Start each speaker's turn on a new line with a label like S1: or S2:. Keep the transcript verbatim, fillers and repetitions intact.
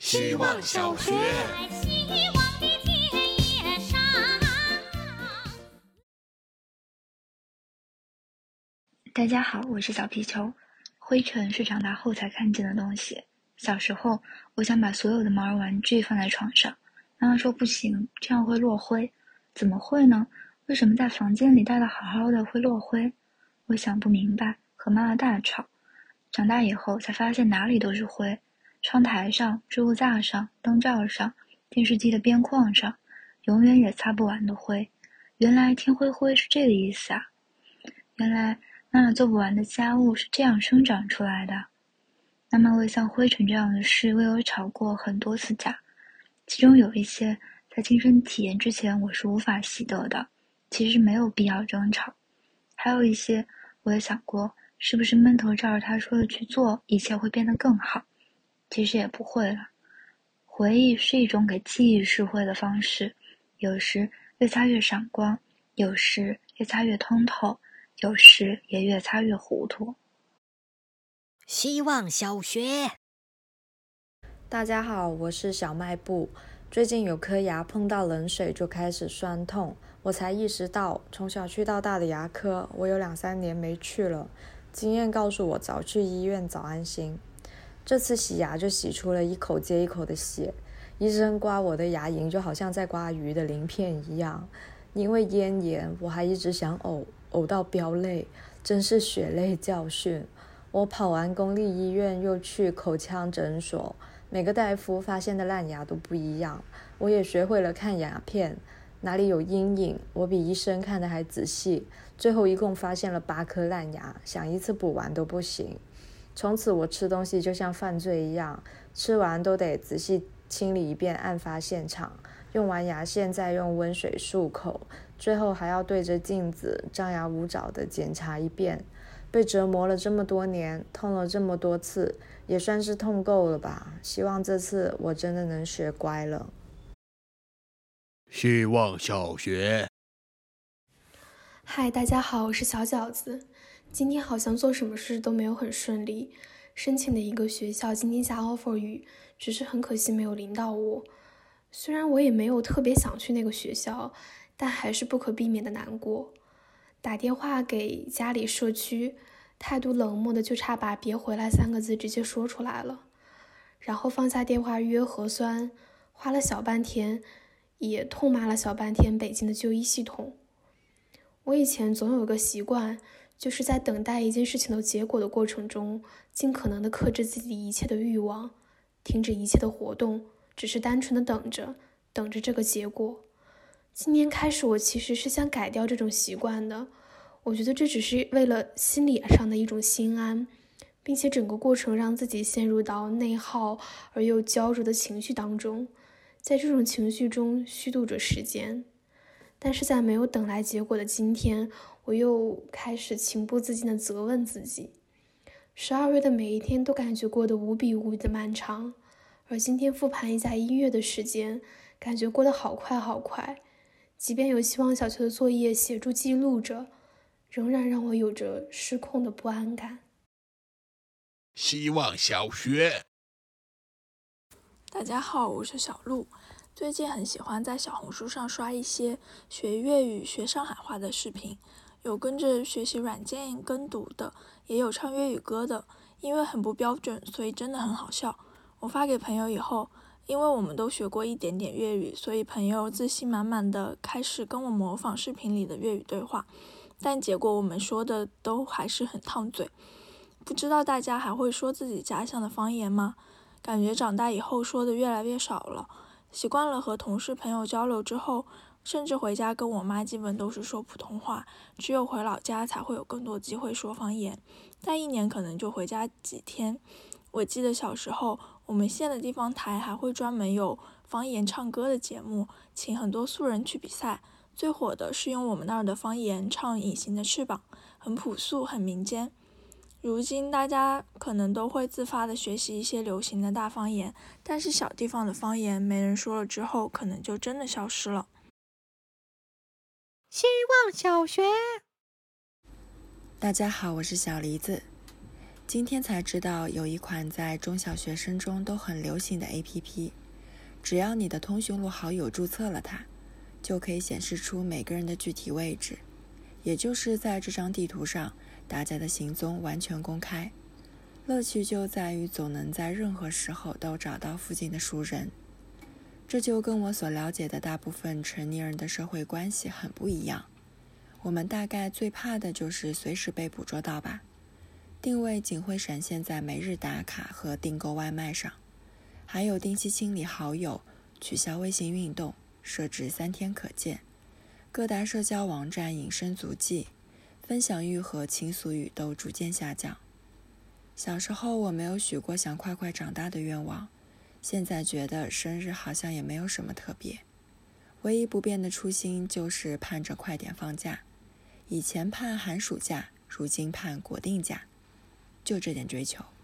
S1: 希望小学。
S2: 大家好，我是小皮球。灰尘是长大后才看见的东西。小时候，我想把所有的毛绒玩具放在床上，妈妈说不行，这样会落灰。怎么会呢？为什么在房间里待得好好的会落灰？我想不明白，和妈妈大吵。长大以后才发现哪里都是灰，窗台上、置物架上、灯罩上、电视机的边框上，永远也擦不完的灰。原来天灰灰是这个意思啊！原来妈妈做不完的家务是这样生长出来的。妈妈为像灰尘这样的事为我吵过很多次架，其中有一些在亲身体验之前我是无法习得的，其实没有必要争吵。还有一些我也想过，是不是闷头照着她说的去做，一切会变得更好？其实也不会了。回忆是一种给记忆施灰的方式，有时越擦越闪光，有时越擦越通透，有时也越擦越糊涂。
S1: 希望小学。
S3: 大家好，我是小卖部。最近有颗牙碰到冷水就开始酸痛，我才意识到从小去到大的牙科我有两三年没去了。经验告诉我早去医院早安心。这次洗牙就洗出了一口接一口的血，医生刮我的牙龈就好像在刮鱼的鳞片一样。因为咽炎我还一直想呕，呕到飙泪，真是血泪教训。我跑完公立医院又去口腔诊所，每个大夫发现的烂牙都不一样。我也学会了看牙片，哪里有阴影我比医生看的还仔细，最后一共发现了八颗烂牙，想一次补完都不行。从此我吃东西就像犯罪一样，吃完都得仔细清理一遍案发现场，用完牙线再用温水漱口，最后还要对着镜子张牙舞爪地检查一遍。被折磨了这么多年，痛了这么多次，也算是痛够了吧。希望这次我真的能学乖了。
S1: 希望小学。
S4: 嗨，大家好，我是小饺子。今天好像做什么事都没有很顺利，申请的一个学校今天下 offer 语，只是很可惜没有临到我。虽然我也没有特别想去那个学校，但还是不可避免的难过。打电话给家里社区，态度冷漠的就差把别回来三个字直接说出来了。然后放下电话预约核酸，花了小半天，也痛骂了小半天北京的就医系统。我以前总有个习惯，就是在等待一件事情的结果的过程中，尽可能的克制自己一切的欲望，停止一切的活动，只是单纯的等着，等着这个结果。今年开始，我其实是想改掉这种习惯的。我觉得这只是为了心理上的一种心安，并且整个过程让自己陷入到内耗而又焦灼的情绪当中，在这种情绪中虚度着时间。但是在没有等来结果的今天，我又开始情不自禁地责问自己。十二月的每一天都感觉过得无比无比的漫长，而今天复盘一下一月的时间，感觉过得好快好快。即便有希望小学的作业协助记录着，仍然让我有着失控的不安感。
S1: 希望小学。
S5: 大家好，我是小鹿。最近很喜欢在小红书上刷一些学粤语、学上海话的视频，有跟着学习软件跟读的，也有唱粤语歌的。因为很不标准，所以真的很好笑。我发给朋友以后，因为我们都学过一点点粤语，所以朋友自信满满的开始跟我模仿视频里的粤语对话，但结果我们说的都还是很烫嘴。不知道大家还会说自己家乡的方言吗？感觉长大以后说的越来越少了，习惯了和同事朋友交流之后，甚至回家跟我妈基本都是说普通话，只有回老家才会有更多机会说方言，但一年可能就回家几天。我记得小时候我们县的地方台还会专门有方言唱歌的节目，请很多素人去比赛，最火的是用我们那儿的方言唱《隐形的翅膀》，很朴素很民间。如今大家可能都会自发的学习一些流行的大方言，但是小地方的方言没人说了之后，可能就真的消失了。
S1: 希望小学。
S3: 大家好，我是小梨子。 今天才知道有一款在中小学生中都很流行的 A P P， 只要你的通讯录好友注册了它，就可以显示出每个人的具体位置，也就是在这张地图上，大家的行踪完全公开。乐趣就在于总能在任何时候都找到附近的熟人，这就跟我所了解的大部分成年人的社会关系很不一样。我们大概最怕的就是随时被捕捉到吧。定位仅会闪现在每日打卡和订购外卖上，还有定期清理好友、取消微信运动、设置三天可见，各大社交网站隐身足迹，分享欲和倾诉欲都逐渐下降。小时候我没有许过想快快长大的愿望，现在觉得生日好像也没有什么特别，唯一不变的初心就是盼着快点放假。以前盼寒暑假，如今盼国定假，就这点追求。